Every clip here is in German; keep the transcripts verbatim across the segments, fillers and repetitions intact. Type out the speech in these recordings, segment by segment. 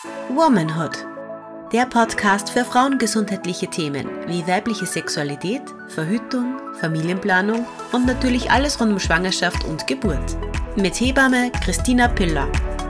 Womanhood, der Podcast für frauengesundheitliche Themen wie weibliche Sexualität, Verhütung, Familienplanung und natürlich alles rund um Schwangerschaft und Geburt. Mit Hebamme Christina Piller.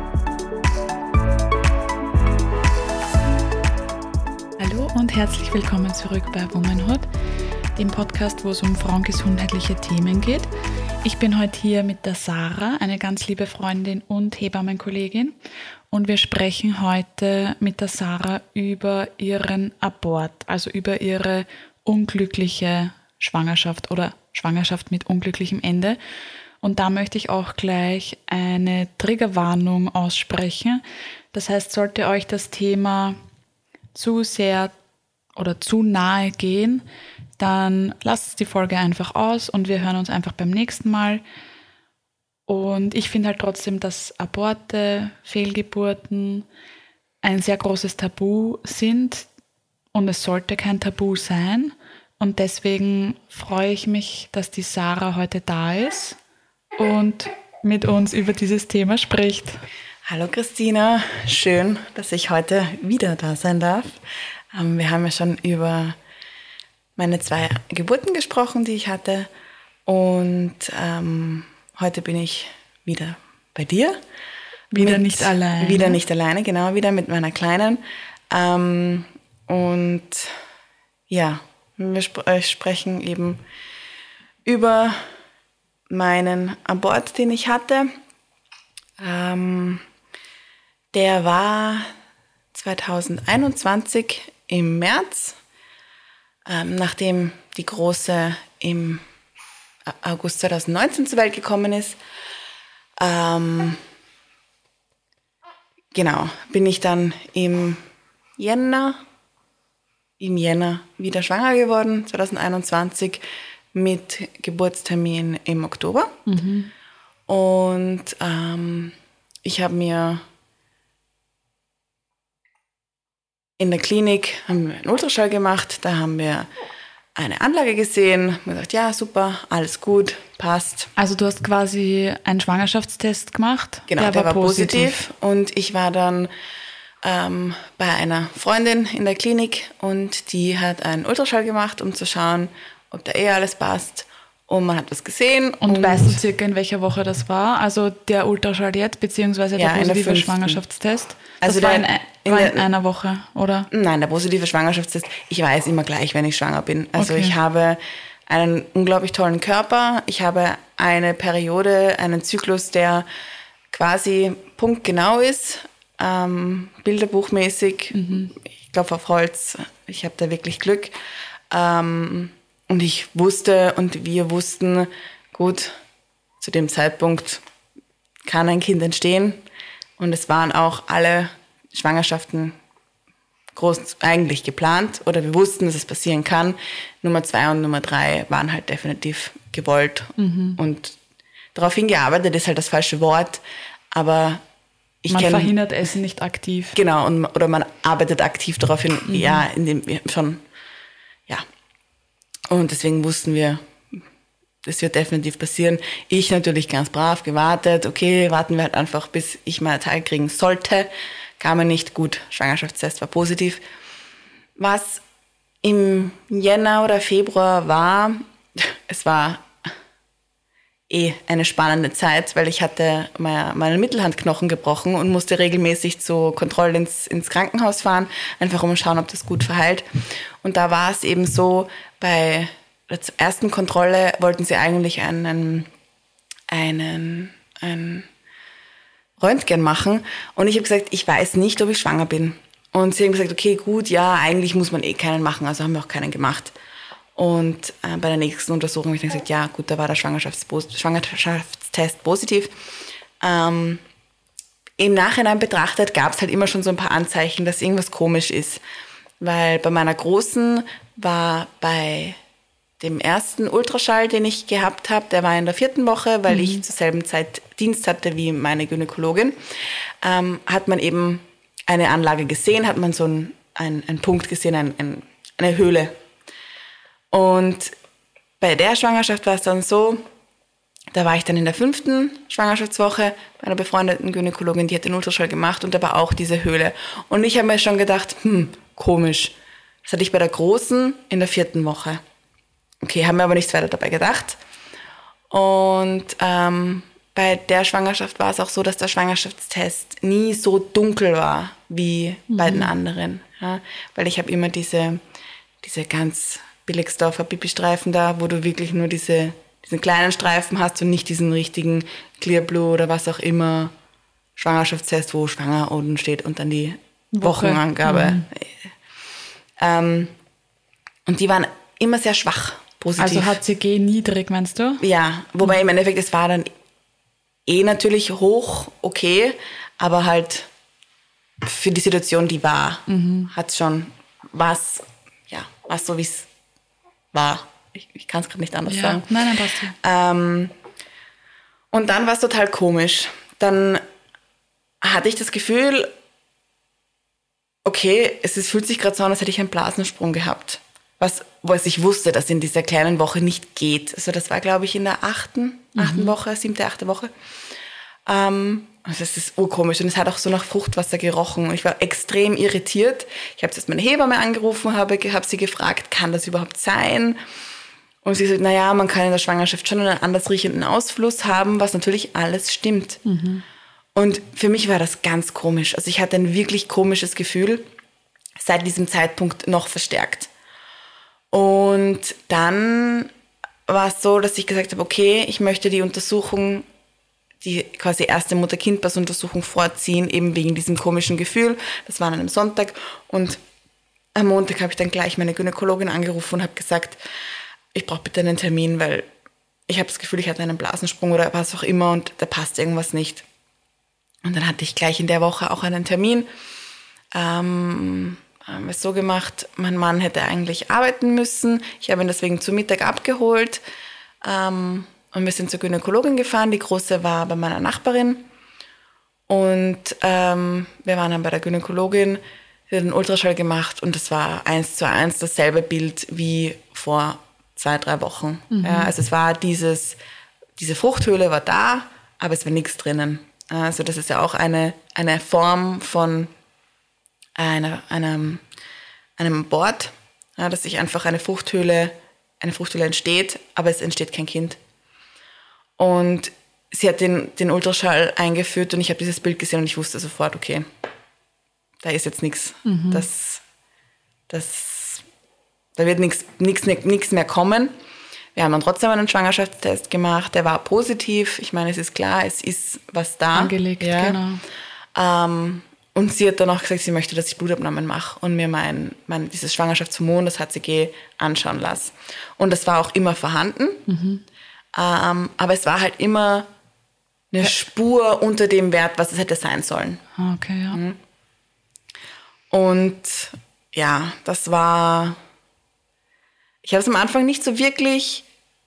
Hallo und herzlich willkommen zurück bei Womanhood, dem Podcast, wo es um frauengesundheitliche Themen geht. Ich bin heute hier mit der Sarah, eine ganz liebe Freundin und Hebammenkollegin. Und wir sprechen heute mit der Sarah über ihren Abort, also über ihre unglückliche Schwangerschaft oder Schwangerschaft mit unglücklichem Ende. Und da möchte ich auch gleich eine Triggerwarnung aussprechen. Das heißt, sollte euch das Thema zu sehr oder zu nahe gehen, dann lasst die Folge einfach aus und wir hören uns einfach beim nächsten Mal. Und ich finde halt trotzdem, dass Aborte, Fehlgeburten ein sehr großes Tabu sind und es sollte kein Tabu sein. Und deswegen freue ich mich, dass die Sarah heute da ist und mit uns über dieses Thema spricht. Hallo Christina, schön, dass ich heute wieder da sein darf. Wir haben ja schon über meine zwei Geburten gesprochen, die ich hatte, und ähm, heute bin ich wieder bei dir. Wieder mit, nicht alleine. Wieder nicht alleine, genau, wieder mit meiner Kleinen. Ähm, und ja, wir sp- äh, sprechen eben über meinen Abort, den ich hatte. Ähm, der war zwanzig einundzwanzig im März. Ähm, nachdem die Große im August zwanzig neunzehn zur Welt gekommen ist, ähm, genau, bin ich dann im Jänner, im Jänner wieder schwanger geworden, zwanzig einundzwanzig, mit Geburtstermin im Oktober. Mhm. Und ähm, ich habe mir in der Klinik haben wir einen Ultraschall gemacht, da haben wir eine Anlage gesehen, und gesagt, ja, super, alles gut, passt. Also du hast quasi einen Schwangerschaftstest gemacht? Genau, der, der war, war positiv. positiv. Und ich war dann ähm, bei einer Freundin in der Klinik und die hat einen Ultraschall gemacht, um zu schauen, ob da eh alles passt. Und man hat was gesehen. Und, und weißt du circa, in welcher Woche das war? Also der Ultraschall jetzt, beziehungsweise der ja, positive Schwangerschaftstest? Das also war, der, in, war in, in einer Woche, oder? Nein, der positive Schwangerschaftstest, ich weiß immer gleich, wenn ich schwanger bin. Also okay. Ich habe einen unglaublich tollen Körper. Ich habe eine Periode, einen Zyklus, der quasi punktgenau ist, ähm, bilderbuchmäßig. Mhm. Ich glaube auf Holz, ich habe da wirklich Glück. Ähm, Und ich wusste und wir wussten, gut, zu dem Zeitpunkt kann ein Kind entstehen. Und es waren auch alle Schwangerschaften groß eigentlich geplant oder wir wussten, dass es passieren kann. Nummer zwei und Nummer drei waren halt definitiv gewollt. Mhm. Und darauf hingearbeitet ist halt das falsche Wort, aber ich Man kenn, verhindert Essen nicht aktiv. Genau, und, oder man arbeitet aktiv darauf hin, mhm. ja, indem wir schon, ja. Und deswegen wussten wir, das wird definitiv passieren. Ich natürlich ganz brav gewartet. Okay, warten wir halt einfach, bis ich meinen Teil kriegen sollte. Kam er nicht gut. Schwangerschaftstest war positiv. Was im Jänner oder Februar war, es war eh eine spannende Zeit, weil ich hatte meinen Mittelhandknochen gebrochen und musste regelmäßig zur Kontrolle ins, ins Krankenhaus fahren, einfach um zu schauen, ob das gut verheilt. Und da war es eben so, bei der ersten Kontrolle wollten sie eigentlich einen, einen, einen Röntgen machen und ich habe gesagt, ich weiß nicht, ob ich schwanger bin. Und sie haben gesagt, okay, gut, ja, eigentlich muss man eh keinen machen, also haben wir auch keinen gemacht. Und äh, bei der nächsten Untersuchung habe ich dann gesagt, ja gut, da war der Schwangerschaftspos- Schwangerschaftstest positiv. Ähm, Im Nachhinein betrachtet gab es halt immer schon so ein paar Anzeichen, dass irgendwas komisch ist. Weil bei meiner Großen war bei dem ersten Ultraschall, den ich gehabt habe, der war in der vierten Woche, weil mhm. ich zur selben Zeit Dienst hatte wie meine Gynäkologin, ähm, hat man eben eine Anlage gesehen, hat man so einen, einen, einen Punkt gesehen, ein, ein, eine Höhle. Und bei der Schwangerschaft war es dann so, da war ich dann in der fünften Schwangerschaftswoche bei einer befreundeten Gynäkologin, die hat den Ultraschall gemacht und da war auch diese Höhle. Und ich habe mir schon gedacht, hm, komisch. Das hatte ich bei der Großen in der vierten Woche. Okay, haben wir aber nichts weiter dabei gedacht. Und ähm, bei der Schwangerschaft war es auch so, dass der Schwangerschaftstest nie so dunkel war wie mhm. bei den anderen. Ja? Weil ich habe immer diese, diese ganz Billigsdorfer Pipi-Streifen da, wo du wirklich nur diese, diesen kleinen Streifen hast und nicht diesen richtigen Clear Blue oder was auch immer Schwangerschaftstest, wo schwanger unten steht und dann die Woche. Wochenangabe. Mhm. Ähm, und die waren immer sehr schwach, positiv. Also H C G niedrig, meinst du? Ja, wobei mhm. im Endeffekt, es war dann eh natürlich hoch, okay, aber halt für die Situation, die war, mhm. hat schon was, ja, was so wie es war. Ich, ich kann es gerade nicht anders ja. sagen. Nein, nein, passt ja. Ähm, und dann war es total komisch. Dann hatte ich das Gefühl, okay, es ist, fühlt sich gerade so an, als hätte ich einen Blasensprung gehabt. Was, was ich wusste, dass in dieser kleinen Woche nicht geht. Also das war, glaube ich, in der achten, mhm. achten Woche, siebte, achte Woche. Ähm, also das ist urkomisch und es hat auch so nach Fruchtwasser gerochen. Und ich war extrem irritiert. Ich habe jetzt meine Hebamme angerufen, habe, habe sie gefragt, kann das überhaupt sein? Und sie sagt, naja, man kann in der Schwangerschaft schon einen anders riechenden Ausfluss haben, was natürlich alles stimmt. Mhm. Und für mich war das ganz komisch. Also ich hatte ein wirklich komisches Gefühl, seit diesem Zeitpunkt noch verstärkt. Und dann war es so, dass ich gesagt habe, okay, ich möchte die Untersuchung, die quasi erste Mutter-Kind-Pass-Untersuchung vorziehen, eben wegen diesem komischen Gefühl. Das war an einem Sonntag. Und am Montag habe ich dann gleich meine Gynäkologin angerufen und habe gesagt, ich brauche bitte einen Termin, weil ich habe das Gefühl, ich hatte einen Blasensprung oder was auch immer und da passt irgendwas nicht. Und dann hatte ich gleich in der Woche auch einen Termin. Ähm, haben wir es so gemacht, mein Mann hätte eigentlich arbeiten müssen. Ich habe ihn deswegen zu Mittag abgeholt. Ähm, und wir sind zur Gynäkologin gefahren. Die Große war bei meiner Nachbarin. Und ähm, wir waren dann bei der Gynäkologin, sie hat einen Ultraschall gemacht und es war eins zu eins dasselbe Bild wie vor zwei, drei Wochen. Mhm. Ja, also es war dieses, diese Fruchthöhle war da, aber es war nichts drinnen. Also das ist ja auch eine, eine Form von einer, einem, einem Abort, ja, dass sich einfach eine Fruchthöhle, eine Fruchthöhle entsteht, aber es entsteht kein Kind. Und sie hat den, den Ultraschall eingeführt und ich habe dieses Bild gesehen und ich wusste sofort, okay, da ist jetzt nichts. Mhm. Das, das, da wird nichts, nichts, nichts mehr kommen. Wir haben dann trotzdem einen Schwangerschaftstest gemacht, der war positiv. Ich meine, es ist klar, es ist was da. Angelegt, ja. Genau. Ähm, und sie hat dann auch gesagt, sie möchte, dass ich Blutabnahmen mache und mir mein, mein dieses Schwangerschaftshormon, das H C G, anschauen lasse. Und das war auch immer vorhanden. Mhm. Ähm, aber es war halt immer eine ja. Spur unter dem Wert, was es hätte sein sollen. Okay, ja. Mhm. Und ja, das war... Ich habe es am Anfang nicht so wirklich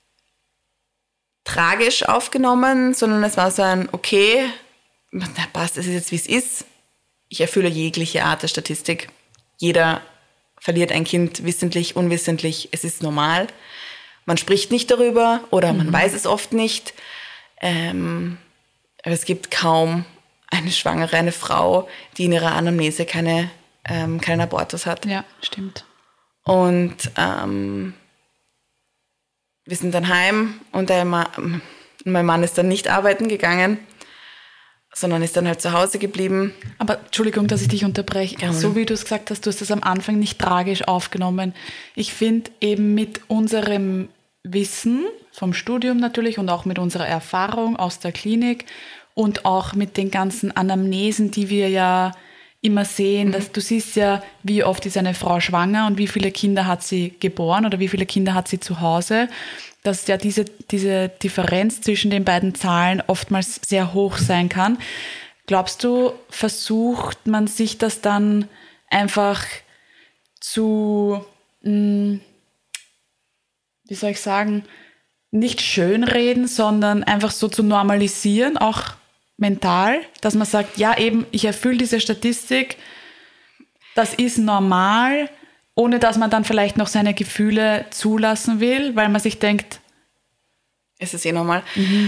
tragisch aufgenommen, sondern es war so ein, okay, na passt, es ist jetzt, wie es ist. Ich erfülle jegliche Art der Statistik. Jeder verliert ein Kind wissentlich, unwissentlich. Es ist normal. Man spricht nicht darüber oder man mhm. weiß es oft nicht. Ähm, aber es gibt kaum eine Schwangere, eine Frau, die in ihrer Anamnese keine, ähm, keinen Abortus hat. Ja, stimmt. Und ähm, wir sind dann heim und der Ma- mein Mann ist dann nicht arbeiten gegangen, sondern ist dann halt zu Hause geblieben. Aber Entschuldigung, dass ich dich unterbreche. Gerne. So wie du es gesagt hast, du hast das am Anfang nicht tragisch aufgenommen. Ich finde eben mit unserem Wissen vom Studium natürlich und auch mit unserer Erfahrung aus der Klinik und auch mit den ganzen Anamnesen, die wir ja immer sehen, dass du siehst ja, wie oft ist eine Frau schwanger und wie viele Kinder hat sie geboren oder wie viele Kinder hat sie zu Hause, dass ja diese, diese Differenz zwischen den beiden Zahlen oftmals sehr hoch sein kann. Glaubst du, versucht man sich das dann einfach zu, mh, wie soll ich sagen, nicht schönreden, sondern einfach so zu normalisieren, auch mental, dass man sagt, ja eben, ich erfülle diese Statistik, das ist normal, ohne dass man dann vielleicht noch seine Gefühle zulassen will, weil man sich denkt, es ist eh normal. Mhm.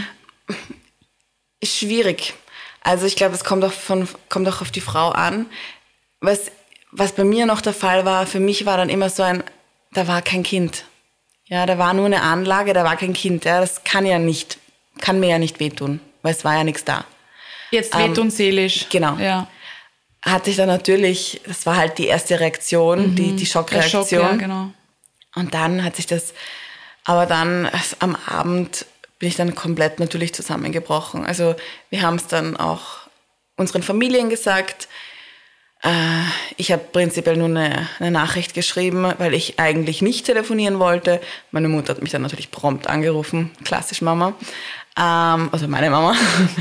ist schwierig. Also ich glaube, es kommt auch, von, kommt auch auf die Frau an. Was, was bei mir noch der Fall war, für mich war dann immer so ein, da war kein Kind. Ja, da war nur eine Anlage, da war kein Kind. Ja, das kann ja nicht, kann mir ja nicht wehtun, weil es war ja nichts da. Jetzt wehtun ähm, seelisch. Genau. Ja. Hatte ich dann natürlich, das war halt die erste Reaktion, mhm. die, die Schockreaktion. Schock, ja, genau. Und dann hat sich das, aber dann also am Abend bin ich dann komplett natürlich zusammengebrochen. Also wir haben es dann auch unseren Familien gesagt. Äh, ich habe prinzipiell nur eine, eine Nachricht geschrieben, weil ich eigentlich nicht telefonieren wollte. Meine Mutter hat mich dann natürlich prompt angerufen, klassisch Mama, ähm, also meine Mama.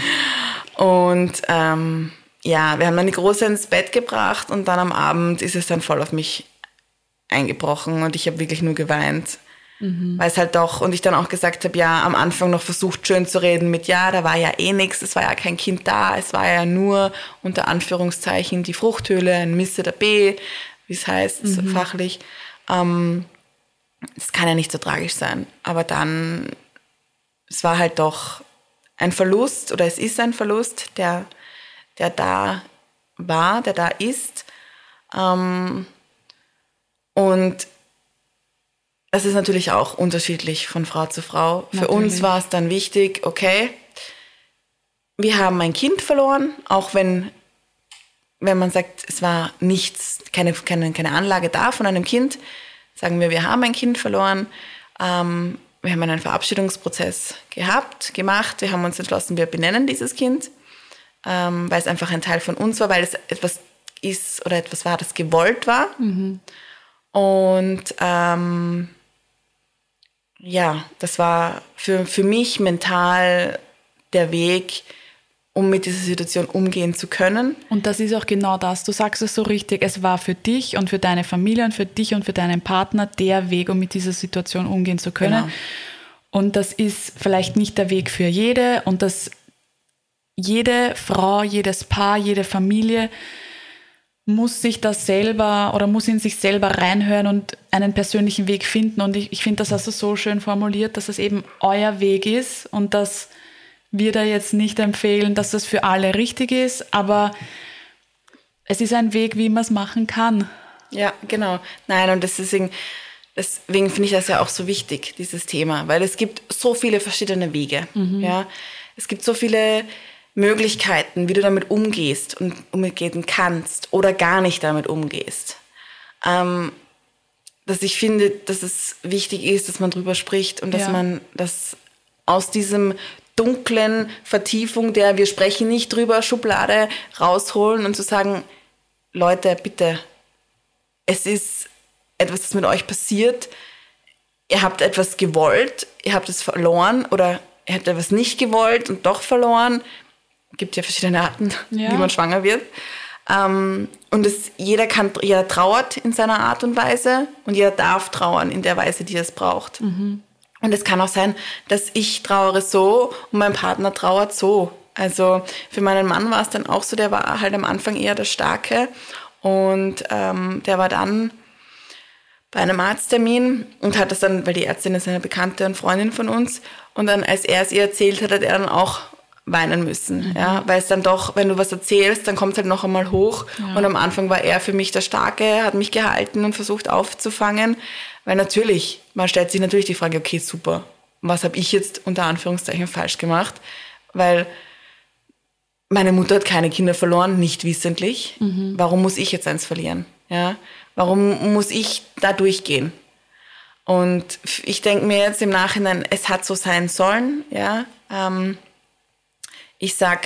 Und ähm, ja, wir haben dann die Große ins Bett gebracht und dann am Abend ist es dann voll auf mich eingebrochen und ich habe wirklich nur geweint. Mhm. Weil es halt doch, und ich dann auch gesagt habe, ja, am Anfang noch versucht schön zu reden mit, ja, da war ja eh nichts, es war ja kein Kind da, es war ja nur unter Anführungszeichen die Fruchthöhle, ein Misseter B, wie es heißt mhm. fachlich. Ähm, das kann ja nicht so tragisch sein. Aber dann, es war halt doch ein Verlust, oder es ist ein Verlust, der, der da war, der da ist. Ähm, und es ist natürlich auch unterschiedlich von Frau zu Frau. Für natürlich. Uns war es dann wichtig, okay, wir haben ein Kind verloren, auch wenn, wenn man sagt, es war nichts, keine, keine, keine Anlage da von einem Kind, sagen wir, wir haben ein Kind verloren. Ähm, wir haben einen Verabschiedungsprozess gehabt, gemacht. Wir haben uns entschlossen, wir benennen dieses Kind, ähm, weil es einfach ein Teil von uns war, weil es etwas ist oder etwas war, das gewollt war. Mhm. Und ähm, ja, das war für, für mich mental der Weg, um mit dieser Situation umgehen zu können. Und das ist auch genau das, du sagst es so richtig, es war für dich und für deine Familie und für dich und für deinen Partner der Weg, um mit dieser Situation umgehen zu können. Genau. Und das ist vielleicht nicht der Weg für jede und dass jede Frau, jedes Paar, jede Familie muss sich das selber oder muss in sich selber reinhören und einen persönlichen Weg finden. Und ich, ich finde, das hast du so schön formuliert, dass es eben euer Weg ist und dass wir da jetzt nicht empfehlen, dass das für alle richtig ist, aber es ist ein Weg, wie man es machen kann. Ja, genau. Nein, und deswegen, deswegen finde ich das ja auch so wichtig, dieses Thema, weil es gibt so viele verschiedene Wege. Mhm. Ja? Es gibt so viele Möglichkeiten, wie du damit umgehst und umgehen kannst oder gar nicht damit umgehst. Ähm, dass ich finde, dass es wichtig ist, dass man drüber spricht und dass ja. man das aus diesem dunklen Vertiefung der wir sprechen nicht drüber Schublade rausholen und zu sagen, Leute, bitte, es ist etwas, das mit euch passiert, ihr habt etwas gewollt, ihr habt es verloren oder ihr habt etwas nicht gewollt und doch verloren. Es gibt ja verschiedene Arten, ja. wie man schwanger wird. Ähm, und es, jeder, kann, jeder trauert in seiner Art und Weise und jeder darf trauern in der Weise, die es braucht. Mhm. Und es kann auch sein, dass ich trauere so und mein Partner trauert so. Also für meinen Mann war es dann auch so, der war halt am Anfang eher der Starke und ähm, der war dann bei einem Arzttermin und hat das dann, weil die Ärztin ist eine Bekannte und Freundin von uns, und dann, als er es ihr erzählt hat, hat er dann auch weinen müssen, mhm. ja, weil es dann doch, wenn du was erzählst, dann kommt es halt noch einmal hoch ja. und am Anfang war er für mich der Starke, hat mich gehalten und versucht aufzufangen, weil natürlich, man stellt sich natürlich die Frage, okay, super, was habe ich jetzt unter Anführungszeichen falsch gemacht, weil meine Mutter hat keine Kinder verloren, nicht wissentlich, mhm. warum muss ich jetzt eins verlieren, ja, warum muss ich da durchgehen? Und ich denke mir jetzt im Nachhinein, es hat so sein sollen, ja, ähm, ich sag,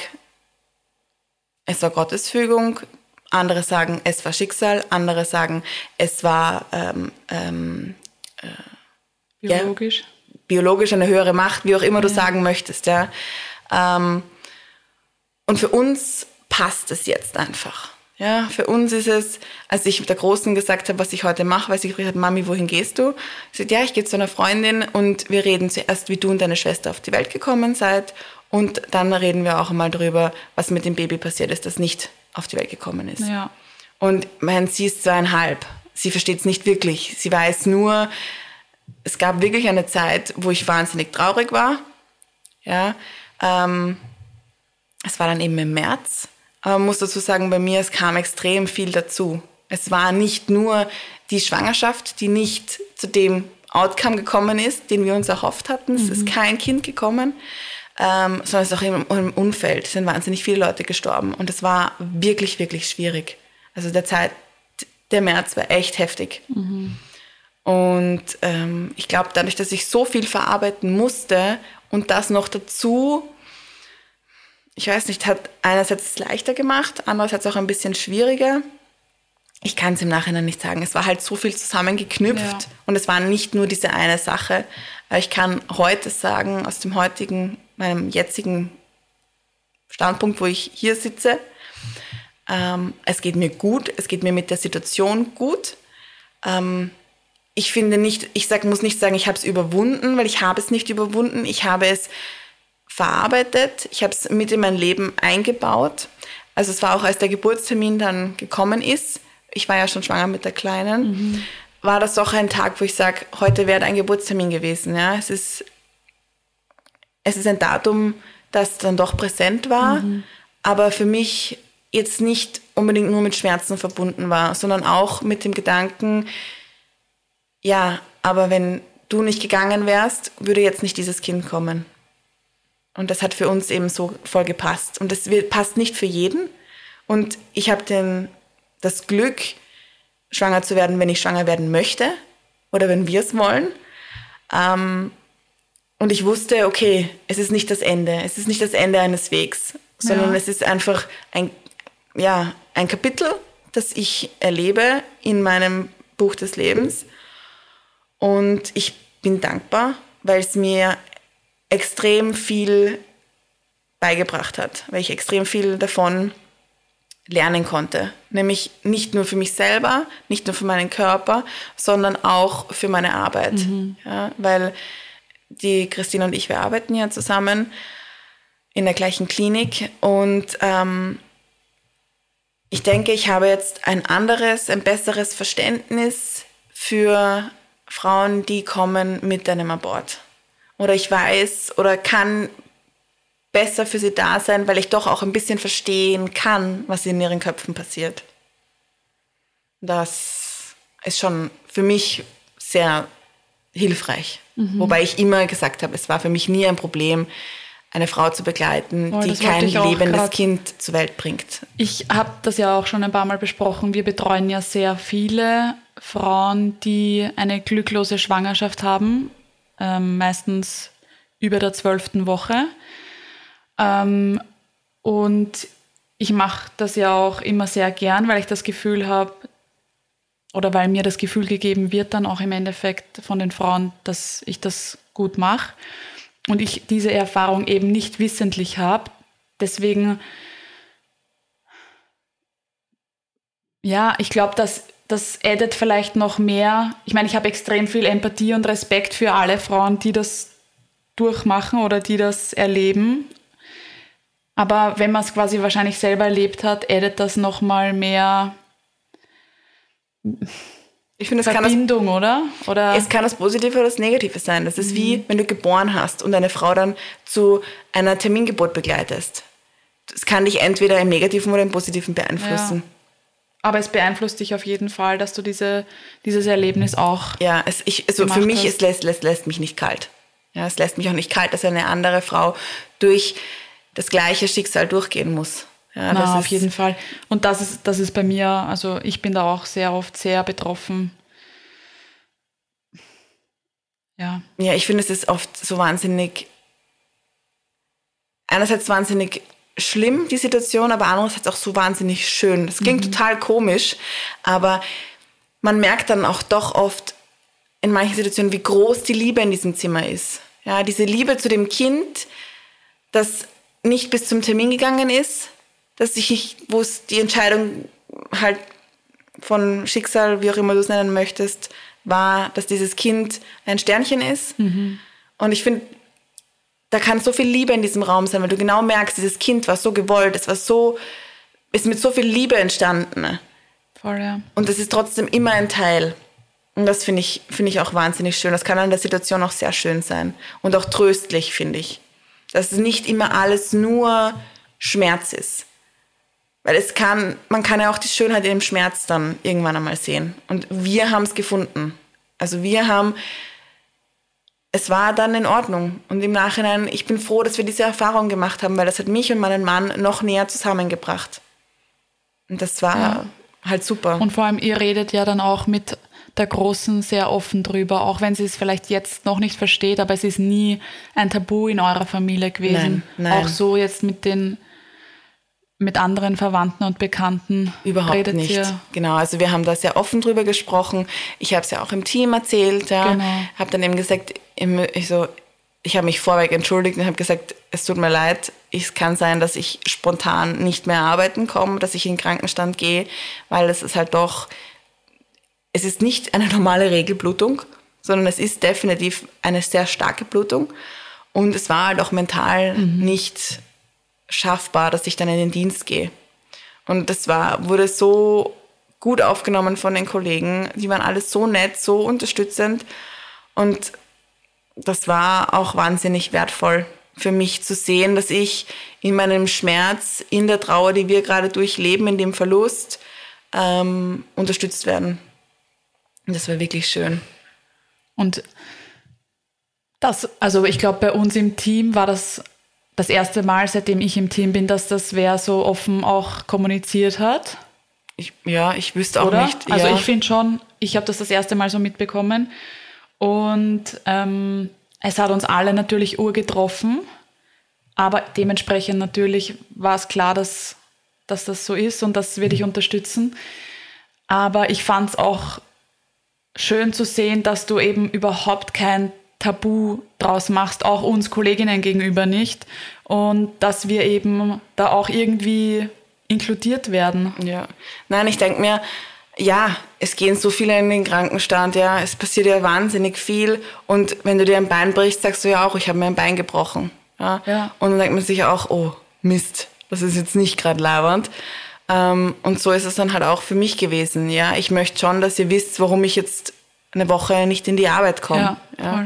es war Gottes Fügung, andere sagen, es war Schicksal, andere sagen, es war ähm, ähm, äh, biologisch. Ja, biologisch eine höhere Macht, wie auch immer ja. du sagen möchtest. Ja. Ähm, und für uns passt es jetzt einfach. Ja, für uns ist es, als ich der Großen gesagt habe, was ich heute mache, weil sie gefragt hat, Mami, wohin gehst du? Ich sagte, ja, ich gehe zu einer Freundin und wir reden zuerst, wie du und deine Schwester auf die Welt gekommen seid. Und dann reden wir auch einmal darüber, was mit dem Baby passiert ist, das nicht auf die Welt gekommen ist. Ja. Und mein, sie ist zweieinhalb. Sie versteht es nicht wirklich. Sie weiß nur, es gab wirklich eine Zeit, wo ich wahnsinnig traurig war. Ja, Ähm, es war dann eben im März. Aber man muss dazu sagen, bei mir, es kam extrem viel dazu. Es war nicht nur die Schwangerschaft, die nicht zu dem Outcome gekommen ist, den wir uns erhofft hatten. Es mhm. ist kein Kind gekommen, ähm, sondern es ist auch im, im Umfeld. Es sind wahnsinnig viele Leute gestorben. Und es war wirklich, wirklich schwierig. Also der Zeit, der März war echt heftig. Mhm. Und ähm, ich glaube, dadurch, dass ich so viel verarbeiten musste und das noch dazu, ich weiß nicht, hat einerseits es leichter gemacht, andererseits auch ein bisschen schwieriger. Ich kann es im Nachhinein nicht sagen. Es war halt so viel zusammengeknüpft ja. und es war nicht nur diese eine Sache. Aber ich kann heute sagen, aus dem heutigen, meinem jetzigen Standpunkt, wo ich hier sitze, ähm, es geht mir gut, es geht mir mit der Situation gut. Ähm, ich finde nicht, ich sag, muss nicht sagen, ich habe es überwunden, weil ich habe es nicht überwunden. Ich habe es verarbeitet, ich habe es mit in mein Leben eingebaut. Also es war auch, als der Geburtstermin dann gekommen ist, ich war ja schon schwanger mit der Kleinen, mhm. war das doch ein Tag, wo ich sage, heute wäre ein Geburtstermin gewesen. Ja? Es ist, es ist ein Datum, das dann doch präsent war, mhm. aber für mich jetzt nicht unbedingt nur mit Schmerzen verbunden war, sondern auch mit dem Gedanken, ja, aber wenn du nicht gegangen wärst, würde jetzt nicht dieses Kind kommen. Und das hat für uns eben so voll gepasst. Und das passt nicht für jeden. Und ich habe den das Glück, schwanger zu werden, wenn ich schwanger werden möchte oder wenn wir es wollen. Ähm, und ich wusste, okay, es ist nicht das Ende. Es ist nicht das Ende eines Wegs, sondern ja. es ist einfach ein, ja, ein Kapitel, das ich erlebe in meinem Buch des Lebens. Und ich bin dankbar, weil es mir extrem viel beigebracht hat, weil ich extrem viel davon lernen konnte. Nämlich nicht nur für mich selber, nicht nur für meinen Körper, sondern auch für meine Arbeit. Mhm. Ja, weil die Christine und ich, wir arbeiten ja zusammen in der gleichen Klinik und ähm, ich denke, ich habe jetzt ein anderes, ein besseres Verständnis für Frauen, die kommen mit einem Abort. Oder ich weiß oder kann besser für sie da sein, weil ich doch auch ein bisschen verstehen kann, was in ihren Köpfen passiert. Das ist schon für mich sehr hilfreich. Mhm. Wobei ich immer gesagt habe, es war für mich nie ein Problem, eine Frau zu begleiten, oh, die kein lebendes Kind zur Welt bringt. Ich habe das ja auch schon ein paar Mal besprochen. Wir betreuen ja sehr viele Frauen, die eine glücklose Schwangerschaft haben, ähm, meistens über der zwölften Woche. Ähm, und ich mache das ja auch immer sehr gern, weil ich das Gefühl habe, oder weil mir das Gefühl gegeben wird dann auch im Endeffekt von den Frauen, dass ich das gut mache und ich diese Erfahrung eben nicht wissentlich habe. Deswegen, ja, ich glaube, dass das addet vielleicht noch mehr. Ich meine, ich habe extrem viel Empathie und Respekt für alle Frauen, die das durchmachen oder die das erleben. Aber wenn man es quasi wahrscheinlich selber erlebt hat, addet das nochmal mehr ich finde, es Verbindung, kann das, oder? oder? Es kann das Positive oder das Negative sein. Das ist mhm. wie, wenn du geboren hast und eine Frau dann zu einer Termingeburt begleitest. Das kann dich entweder im Negativen oder im Positiven beeinflussen. Ja. Aber es beeinflusst dich auf jeden Fall, dass du diese, dieses Erlebnis auch Ja, es, ich, also für mich es lässt, lässt, lässt mich nicht kalt. Ja, es lässt mich auch nicht kalt, dass eine andere Frau durch das gleiche Schicksal durchgehen muss. Ja, Na, das auf ist, jeden Fall. Und das ist, das ist bei mir, also ich bin da auch sehr oft sehr betroffen. Ja. Ja, ich finde, es ist oft so wahnsinnig, einerseits wahnsinnig schlimm, die Situation, aber andererseits auch so wahnsinnig schön. Das klingt mhm. total komisch, aber man merkt dann auch doch oft in manchen Situationen, wie groß die Liebe in diesem Zimmer ist. Ja, diese Liebe zu dem Kind, das nicht bis zum Termin gegangen ist, dass ich, wo es die Entscheidung halt von Schicksal, wie auch immer du es nennen möchtest, war, dass dieses Kind ein Sternchen ist. Mhm. Und ich finde, da kann so viel Liebe in diesem Raum sein, weil du genau merkst, dieses Kind war so gewollt, es war so, ist mit so viel Liebe entstanden. Voll, ja. Und das ist trotzdem immer ein Teil. Und das finde ich, finde ich auch wahnsinnig schön. Das kann an der Situation auch sehr schön sein. Und auch tröstlich, finde ich. Dass es nicht immer alles nur Schmerz ist. Weil es kann, man kann ja auch die Schönheit in dem Schmerz dann irgendwann einmal sehen. Und wir haben es gefunden. Also wir haben, es war dann in Ordnung. Und im Nachhinein, ich bin froh, dass wir diese Erfahrung gemacht haben, weil das hat mich und meinen Mann noch näher zusammengebracht. Und das war ja. halt super. Und vor allem, ihr redet ja dann auch mit der Großen sehr offen drüber, auch wenn sie es vielleicht jetzt noch nicht versteht, aber es ist nie ein Tabu in eurer Familie gewesen. Nein, nein. Auch so jetzt mit den mit anderen Verwandten und Bekannten. Überhaupt redet nicht. Ihr? Genau, also wir haben da sehr offen drüber gesprochen. Ich habe es ja auch im Team erzählt. Ja. Genau. Habe dann eben gesagt, ich, so, ich habe mich vorweg entschuldigt und habe gesagt, es tut mir leid, es kann sein, dass ich spontan nicht mehr arbeiten komme, dass ich in den Krankenstand gehe, weil es ist halt doch, es ist nicht eine normale Regelblutung, sondern es ist definitiv eine sehr starke Blutung. Und es war halt auch mental mhm. nicht schaffbar, dass ich dann in den Dienst gehe. Und das war, wurde so gut aufgenommen von den Kollegen. Die waren alle so nett, so unterstützend. Und das war auch wahnsinnig wertvoll für mich zu sehen, dass ich in meinem Schmerz, in der Trauer, die wir gerade durchleben, in dem Verlust, ähm, unterstützt werden. Und das war wirklich schön. Und das, also ich glaube, bei uns im Team war das das erste Mal, seitdem ich im Team bin, dass das wer so offen auch kommuniziert hat. Ich, ja, ich wüsste auch Oder? nicht. Also ja. ich finde schon, ich habe das das erste Mal so mitbekommen. Und ähm, es hat uns alle natürlich urgetroffen. Aber dementsprechend natürlich war es klar, dass, dass das so ist und das will ich unterstützen. Aber ich fand es auch schön zu sehen, dass du eben überhaupt kein Tabu draus machst, auch uns Kolleginnen gegenüber nicht. Und dass wir eben da auch irgendwie inkludiert werden. Ja, nein, ich denke mir, ja, es gehen so viele in den Krankenstand, ja, es passiert ja wahnsinnig viel. Und wenn du dir ein Bein brichst, sagst du ja auch, ich habe mir ein Bein gebrochen. Ja? Ja. Und dann denkt man sich auch, oh, Mist, das ist jetzt nicht gerade labernd. Ähm, und so ist es dann halt auch für mich gewesen. Ja, ich möchte schon, dass ihr wisst, warum ich jetzt eine Woche nicht in die Arbeit komme. Ja, ja. Voll.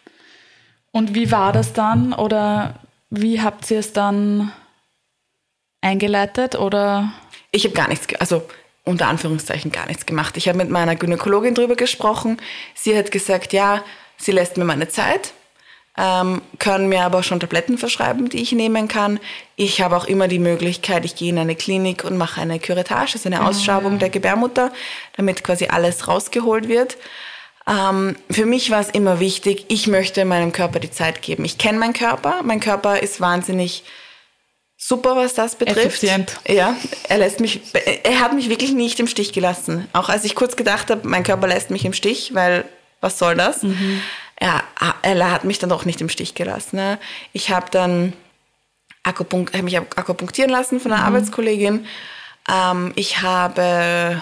Und wie war das dann oder wie habt ihr es dann eingeleitet? Oder? Ich habe gar nichts, also unter Anführungszeichen gar nichts gemacht. Ich habe mit meiner Gynäkologin drüber gesprochen. Sie hat gesagt, ja, sie lässt mir meine Zeit, ähm, können mir aber schon Tabletten verschreiben, die ich nehmen kann. Ich habe auch immer die Möglichkeit, ich gehe in eine Klinik und mache eine Curettage, also eine Ausschabung oh, ja. der Gebärmutter, damit quasi alles rausgeholt wird. Ähm, für mich war es immer wichtig, ich möchte meinem Körper die Zeit geben. Ich kenne meinen Körper. Mein Körper ist wahnsinnig super, was das betrifft. Effizient. Ja, er lässt mich, er hat mich wirklich nicht im Stich gelassen. Auch als ich kurz gedacht habe, mein Körper lässt mich im Stich, weil was soll das? Mhm. Ja, er hat mich dann doch nicht im Stich gelassen. Ne? Ich habe dann Akupunkt, hab mich akupunktieren lassen von einer mhm. Arbeitskollegin. Ähm, ich habe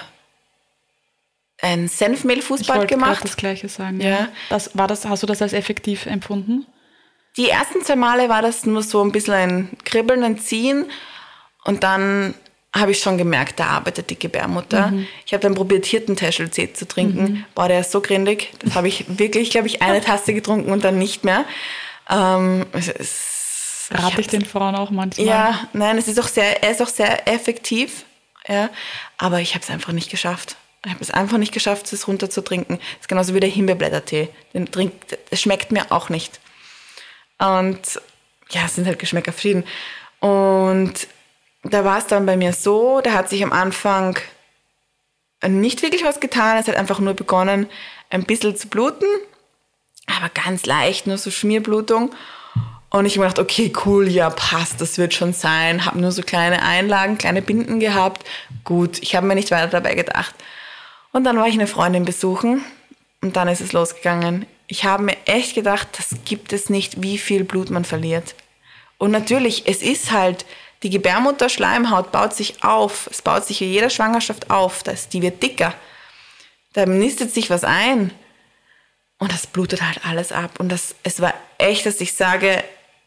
ein Senfmehlfußbad gemacht. Ich wollte das Gleiche sagen. Ja. Ja. Das, war das, hast du das als effektiv empfunden? Die ersten zwei Male war das nur so ein bisschen ein Kribbeln, ein Ziehen. Und dann habe ich schon gemerkt, da arbeitet die Gebärmutter. Mhm. Ich habe dann probiert, Hirtentäscheltee zu trinken. Mhm. Boah, der ist so grindig. Das habe ich wirklich, glaube ich, eine Tasse getrunken und dann nicht mehr. Ähm, es ist, Rate ich, ich den Frauen auch manchmal. Ja, nein, es ist auch sehr, er ist auch sehr effektiv. Ja, aber ich habe es einfach nicht geschafft. Ich habe es einfach nicht geschafft, es runterzutrinken. Das ist genauso wie der Himbeerblättertee. Den trinkt, es schmeckt mir auch nicht. Und ja, es sind halt Geschmäcker verschieden. Und da war es dann bei mir so, da hat sich am Anfang nicht wirklich was getan. Es hat einfach nur begonnen, ein bisschen zu bluten. Aber ganz leicht, nur so Schmierblutung. Und ich habe mir gedacht, okay, cool, ja, passt, das wird schon sein. Habe nur so kleine Einlagen, kleine Binden gehabt. Gut, ich habe mir nicht weiter dabei gedacht. Und dann war ich eine Freundin besuchen und dann ist es losgegangen. Ich habe mir echt gedacht, das gibt es nicht, wie viel Blut man verliert. Und natürlich, es ist halt, die Gebärmutterschleimhaut baut sich auf. Es baut sich in jeder Schwangerschaft auf. Das, die wird dicker. Da nistet sich was ein. Und das blutet halt alles ab. Und das, es war echt, dass ich sage,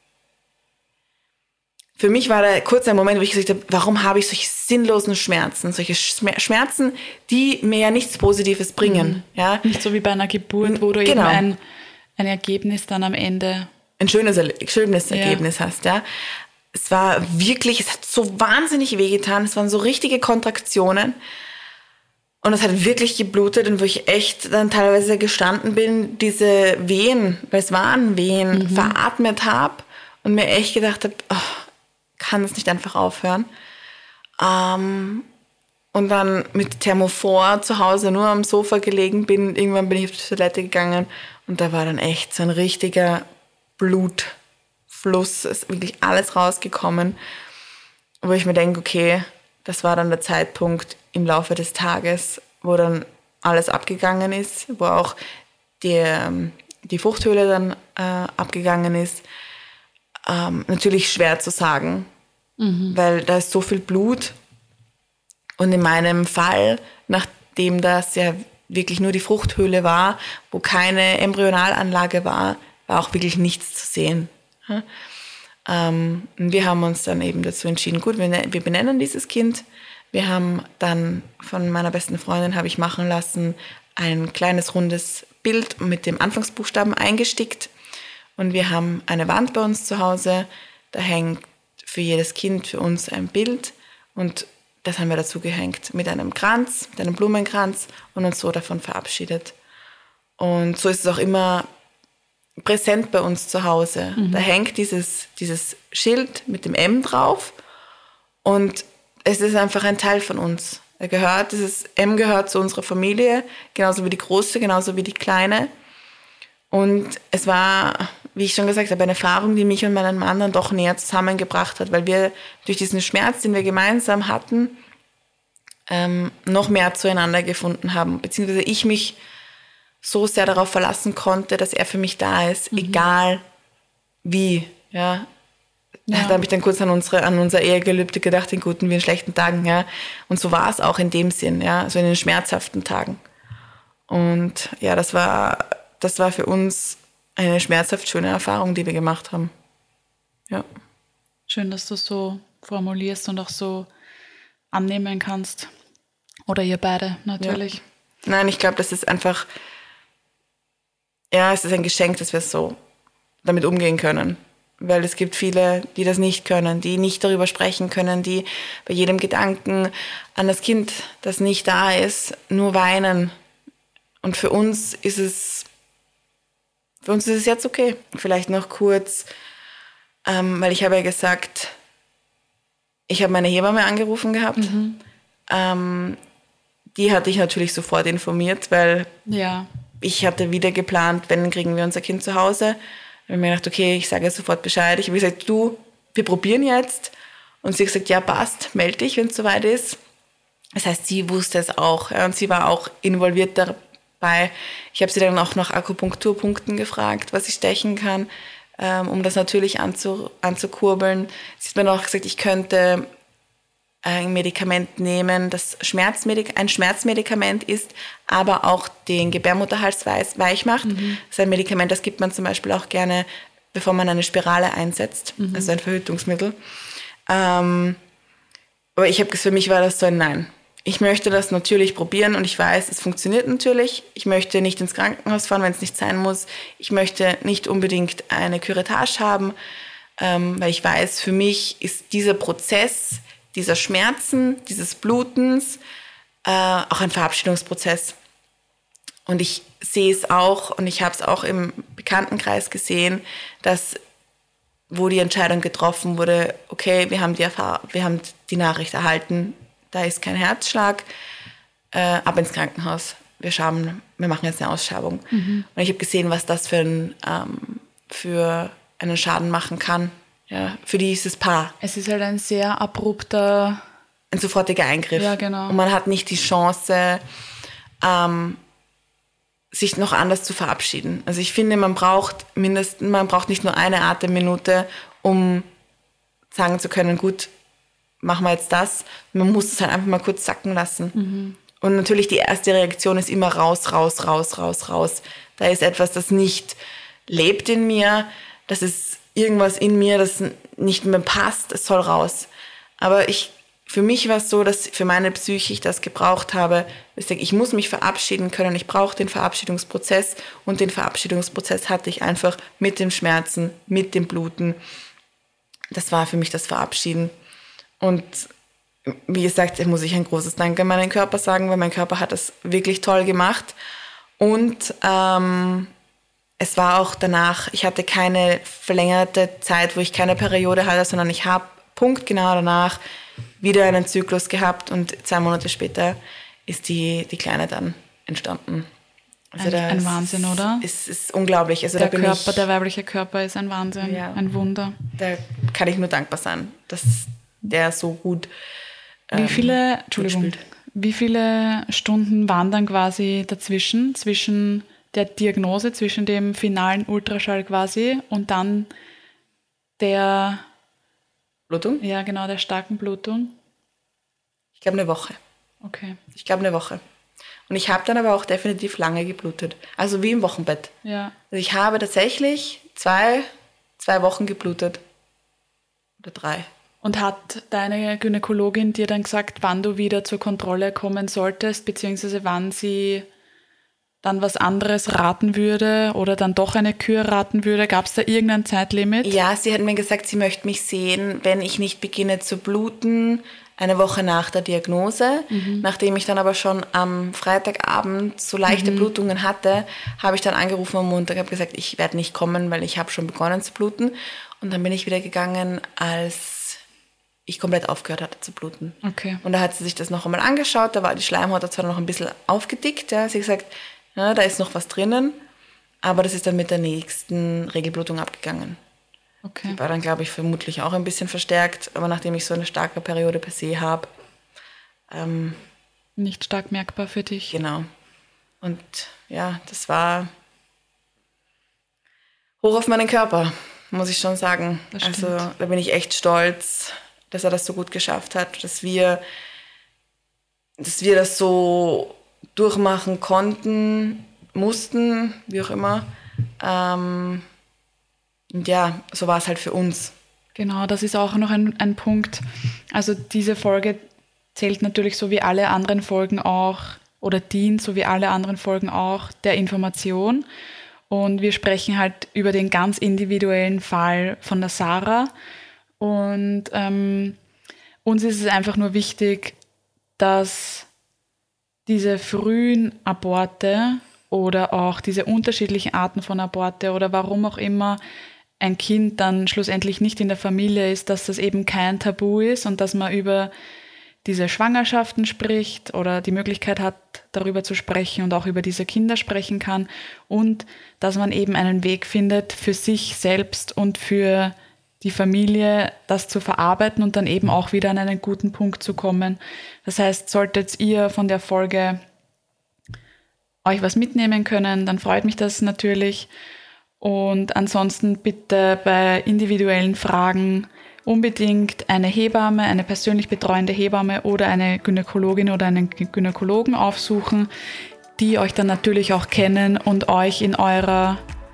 für mich war da kurz ein Moment, wo ich gesagt habe, warum habe ich solche sinnlosen Schmerzen? Solche Schmerzen, die mir ja nichts Positives bringen. Mhm. Ja? Nicht so wie bei einer Geburt, wo du genau. eben ein, ein Ergebnis dann am Ende ein schönes, schönes Ja. Ergebnis hast, ja. Es war wirklich, es hat so wahnsinnig wehgetan. Es waren so richtige Kontraktionen. Und es hat wirklich geblutet und wo ich echt dann teilweise gestanden bin, diese Wehen, weil es waren Wehen, mhm. veratmet habe und mir echt gedacht habe, oh, kann es nicht einfach aufhören. Ähm, und dann mit Thermophor zu Hause nur am Sofa gelegen bin. Irgendwann bin ich auf die Toilette gegangen und da war dann echt so ein richtiger Blutfluss. Es ist wirklich alles rausgekommen, wo ich mir denke, okay, das war dann der Zeitpunkt im Laufe des Tages, wo dann alles abgegangen ist, wo auch die, die Fruchthöhle dann äh, abgegangen ist. Ähm, natürlich schwer zu sagen, mhm. weil da ist so viel Blut. Und in meinem Fall, nachdem das ja wirklich nur die Fruchthöhle war, wo keine Embryonalanlage war, war auch wirklich nichts zu sehen. Ja? Ähm, und wir haben uns dann eben dazu entschieden, gut, wir, wir benennen dieses Kind. Wir haben dann von meiner besten Freundin, habe ich machen lassen, ein kleines rundes Bild mit dem Anfangsbuchstaben eingestickt. Und wir haben eine Wand bei uns zu Hause, da hängt für jedes Kind, für uns ein Bild. Und das haben wir dazu gehängt mit einem Kranz, mit einem Blumenkranz und uns so davon verabschiedet. Und so ist es auch immer präsent bei uns zu Hause. Mhm. Da hängt dieses, dieses Schild mit dem M drauf und es ist einfach ein Teil von uns. Er gehört, dieses M gehört zu unserer Familie, genauso wie die große, genauso wie die kleine. Und es war, wie ich schon gesagt habe, eine Erfahrung, die mich und meinen Mann dann doch näher zusammengebracht hat, weil wir durch diesen Schmerz, den wir gemeinsam hatten, ähm, noch mehr zueinander gefunden haben. Beziehungsweise ich mich so sehr darauf verlassen konnte, dass er für mich da ist, mhm. egal wie. Ja. Ja. Da habe ich dann kurz an, unsere, an unser Ehegelübde gedacht, in guten wie in schlechten Tagen. Ja. Und so war es auch in dem Sinn, ja, so in den schmerzhaften Tagen. Und ja, das war, das war für uns eine schmerzhaft schöne Erfahrung, die wir gemacht haben. Ja. Schön, dass du es so formulierst und auch so annehmen kannst. Oder ihr beide natürlich. Ja. Nein, ich glaube, das ist einfach, ja, es ist ein Geschenk, dass wir so damit umgehen können. Weil es gibt viele, die das nicht können, die nicht darüber sprechen können, die bei jedem Gedanken an das Kind, das nicht da ist, nur weinen. Und für uns ist es, für uns ist es jetzt okay. Vielleicht noch kurz, ähm, weil ich habe ja gesagt, ich habe meine Hebamme angerufen gehabt. Mhm. Ähm, die hatte ich natürlich sofort informiert, weil ja. ich hatte wieder geplant, wenn kriegen wir unser Kind zu Hause. Ich habe mir gedacht, okay, ich sage sofort Bescheid. Ich habe gesagt, du, wir probieren jetzt. Und sie hat gesagt, ja, passt, melde dich, wenn es soweit ist. Das heißt, sie wusste es auch. Ja, und sie war auch involviert dabei. Ich habe sie dann auch nach Akupunkturpunkten gefragt, was ich stechen kann, ähm, um das natürlich anzu, anzukurbeln. Sie hat mir dann auch gesagt, ich könnte ein Medikament nehmen, das Schmerzmedik- ein Schmerzmedikament ist, aber auch den Gebärmutterhals weich macht. Mhm. Das ist ein Medikament, das gibt man zum Beispiel auch gerne, bevor man eine Spirale einsetzt, mhm. also ein Verhütungsmittel. Ähm, aber ich habe für mich war das so ein Nein. Ich möchte das natürlich probieren und ich weiß, es funktioniert natürlich. Ich möchte nicht ins Krankenhaus fahren, wenn es nicht sein muss. Ich möchte nicht unbedingt eine Curettage haben, ähm, weil ich weiß, für mich ist dieser Prozess dieser Schmerzen, dieses Blutens, äh, auch ein Verabschiedungsprozess. Und ich sehe es auch, und ich habe es auch im Bekanntenkreis gesehen, dass, wo die Entscheidung getroffen wurde, okay, wir haben die, Erfahr- wir haben die Nachricht erhalten, da ist kein Herzschlag, äh, ab ins Krankenhaus. Wir schauen, wir machen jetzt eine Ausschabung. Mhm. Und ich habe gesehen, was das für, ein, ähm, für einen Schaden machen kann. Ja, für dieses Paar. Es ist halt ein sehr abrupter... Ein sofortiger Eingriff. Ja, genau. Und man hat nicht die Chance, ähm, sich noch anders zu verabschieden. Also ich finde, man braucht mindestens, man braucht nicht nur eine Atemminute, um sagen zu können, gut, machen wir jetzt das. Man muss es halt einfach mal kurz sacken lassen. Mhm. Und natürlich die erste Reaktion ist immer raus, raus, raus, raus, raus. Da ist etwas, das nicht lebt in mir. Das ist irgendwas in mir, das nicht mehr passt, es soll raus. Aber ich für mich war es so, dass für meine Psyche ich das gebraucht habe. Ich sage, ich muss mich verabschieden können. Ich brauche den Verabschiedungsprozess. Und den Verabschiedungsprozess hatte ich einfach mit dem Schmerzen, mit dem Bluten. Das war für mich das Verabschieden. Und wie gesagt, muss ich ein großes Dank an meinen Körper sagen, weil mein Körper hat das wirklich toll gemacht. Und ähm, es war auch danach, ich hatte keine verlängerte Zeit, wo ich keine Periode hatte, sondern ich habe punktgenau danach wieder einen Zyklus gehabt und zwei Monate später ist die, die Kleine dann entstanden. Also ein, ein Wahnsinn, oder? Es ist, ist unglaublich. Also der da bin Körper, ich, der weibliche Körper ist ein Wahnsinn, ja, ein Wunder. Da kann ich nur dankbar sein, dass der so gut Wie viele, ähm, Entschuldigung, spielt. wie viele Stunden waren dann quasi dazwischen, zwischen der Diagnose, zwischen dem finalen Ultraschall quasi und dann der Blutung? Ja, genau, der starken Blutung. Ich glaube eine Woche. Okay. Ich glaube eine Woche. Und ich habe dann aber auch definitiv lange geblutet. Also wie im Wochenbett. Ja. Also ich habe tatsächlich zwei, zwei Wochen geblutet. Oder drei. Und hat deine Gynäkologin dir dann gesagt, wann du wieder zur Kontrolle kommen solltest, beziehungsweise wann sie dann was anderes raten würde oder dann doch eine Kür raten würde? Gab es da irgendein Zeitlimit? Ja, sie hat mir gesagt, sie möchte mich sehen, wenn ich nicht beginne zu bluten, eine Woche nach der Diagnose. Mhm. Nachdem ich dann aber schon am Freitagabend so leichte mhm. Blutungen hatte, habe ich dann angerufen am Montag, habe gesagt, ich werde nicht kommen, weil ich habe schon begonnen zu bluten. Und dann bin ich wieder gegangen, als ich komplett aufgehört hatte zu bluten. Okay. Und da hat sie sich das noch einmal angeschaut, da war die Schleimhaut zwar noch ein bisschen aufgedickt. Ja. Sie hat gesagt, ja, da ist noch was drinnen, aber das ist dann mit der nächsten Regelblutung abgegangen. Okay. Die war dann, glaube ich, vermutlich auch ein bisschen verstärkt, aber nachdem ich so eine starke Periode per se habe. Ähm, Nicht stark merkbar für dich. Genau. Und ja, das war hoch auf meinen Körper, muss ich schon sagen. Also da bin ich echt stolz, dass er das so gut geschafft hat, dass wir, dass wir das so durchmachen konnten, mussten, wie auch immer. Ähm, und ja, so war es halt für uns. Genau, das ist auch noch ein, ein Punkt. Also diese Folge zählt natürlich so wie alle anderen Folgen auch oder dient so wie alle anderen Folgen auch der Information. Und wir sprechen halt über den ganz individuellen Fall von der Sarah. Und ähm, uns ist es einfach nur wichtig, dass diese frühen Aborte oder auch diese unterschiedlichen Arten von Aborte oder warum auch immer ein Kind dann schlussendlich nicht in der Familie ist, dass das eben kein Tabu ist und dass man über diese Schwangerschaften spricht oder die Möglichkeit hat, darüber zu sprechen und auch über diese Kinder sprechen kann und dass man eben einen Weg findet für sich selbst und für die Familie, das zu verarbeiten und dann eben auch wieder an einen guten Punkt zu kommen. Das heißt, solltet ihr von der Folge euch was mitnehmen können, dann freut mich das natürlich. Und ansonsten bitte bei individuellen Fragen unbedingt eine Hebamme, eine persönlich betreuende Hebamme oder eine Gynäkologin oder einen Gynäkologen aufsuchen, die euch dann natürlich auch kennen und euch in eurer,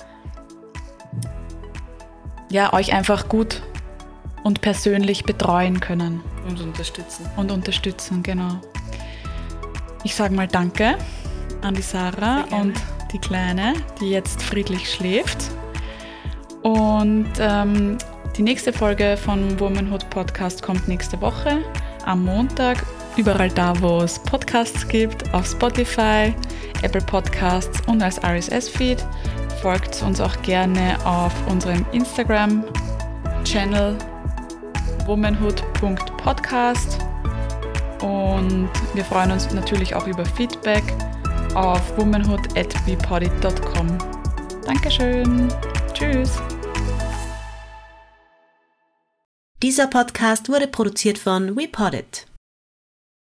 ja, euch einfach gut und persönlich betreuen können. Und unterstützen. Und unterstützen, genau. Ich sage mal Danke an die Sarah und die Kleine, die jetzt friedlich schläft. Und ähm, die nächste Folge von Womanhood Podcast kommt nächste Woche am Montag. Überall da, wo es Podcasts gibt, auf Spotify, Apple Podcasts und als R S S-Feed. Folgt uns auch gerne auf unserem Instagram-Channel womanhood punkt podcast. Und wir freuen uns natürlich auch über Feedback auf womanhood at bpodit dot com. Dankeschön. Tschüss. Dieser Podcast wurde produziert von WePoddit.